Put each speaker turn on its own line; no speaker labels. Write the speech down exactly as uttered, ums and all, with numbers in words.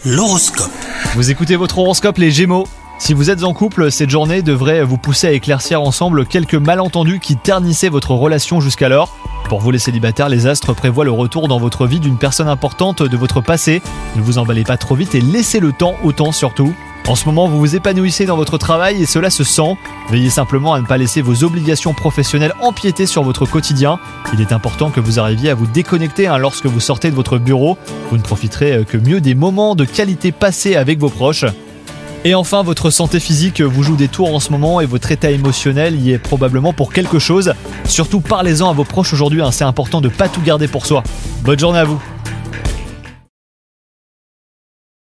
L'horoscope.
Vous écoutez votre horoscope les Gémeaux. Si vous êtes en couple, cette journée devrait vous pousser à éclaircir ensemble quelques malentendus qui ternissaient votre relation jusqu'alors. Pour vous les célibataires, les astres prévoient le retour dans votre vie d'une personne importante de votre passé. Ne vous emballez pas trop vite et laissez le temps au temps surtout. En ce moment, vous vous épanouissez dans votre travail et cela se sent. Veillez simplement à ne pas laisser vos obligations professionnelles empiéter sur votre quotidien. Il est important que vous arriviez à vous déconnecter hein, lorsque vous sortez de votre bureau. Vous ne profiterez que mieux des moments de qualité passés avec vos proches. Et enfin, votre santé physique vous joue des tours en ce moment et votre état émotionnel y est probablement pour quelque chose. Surtout parlez-en à vos proches aujourd'hui, hein, c'est important de ne pas tout garder pour soi. Bonne journée à vous.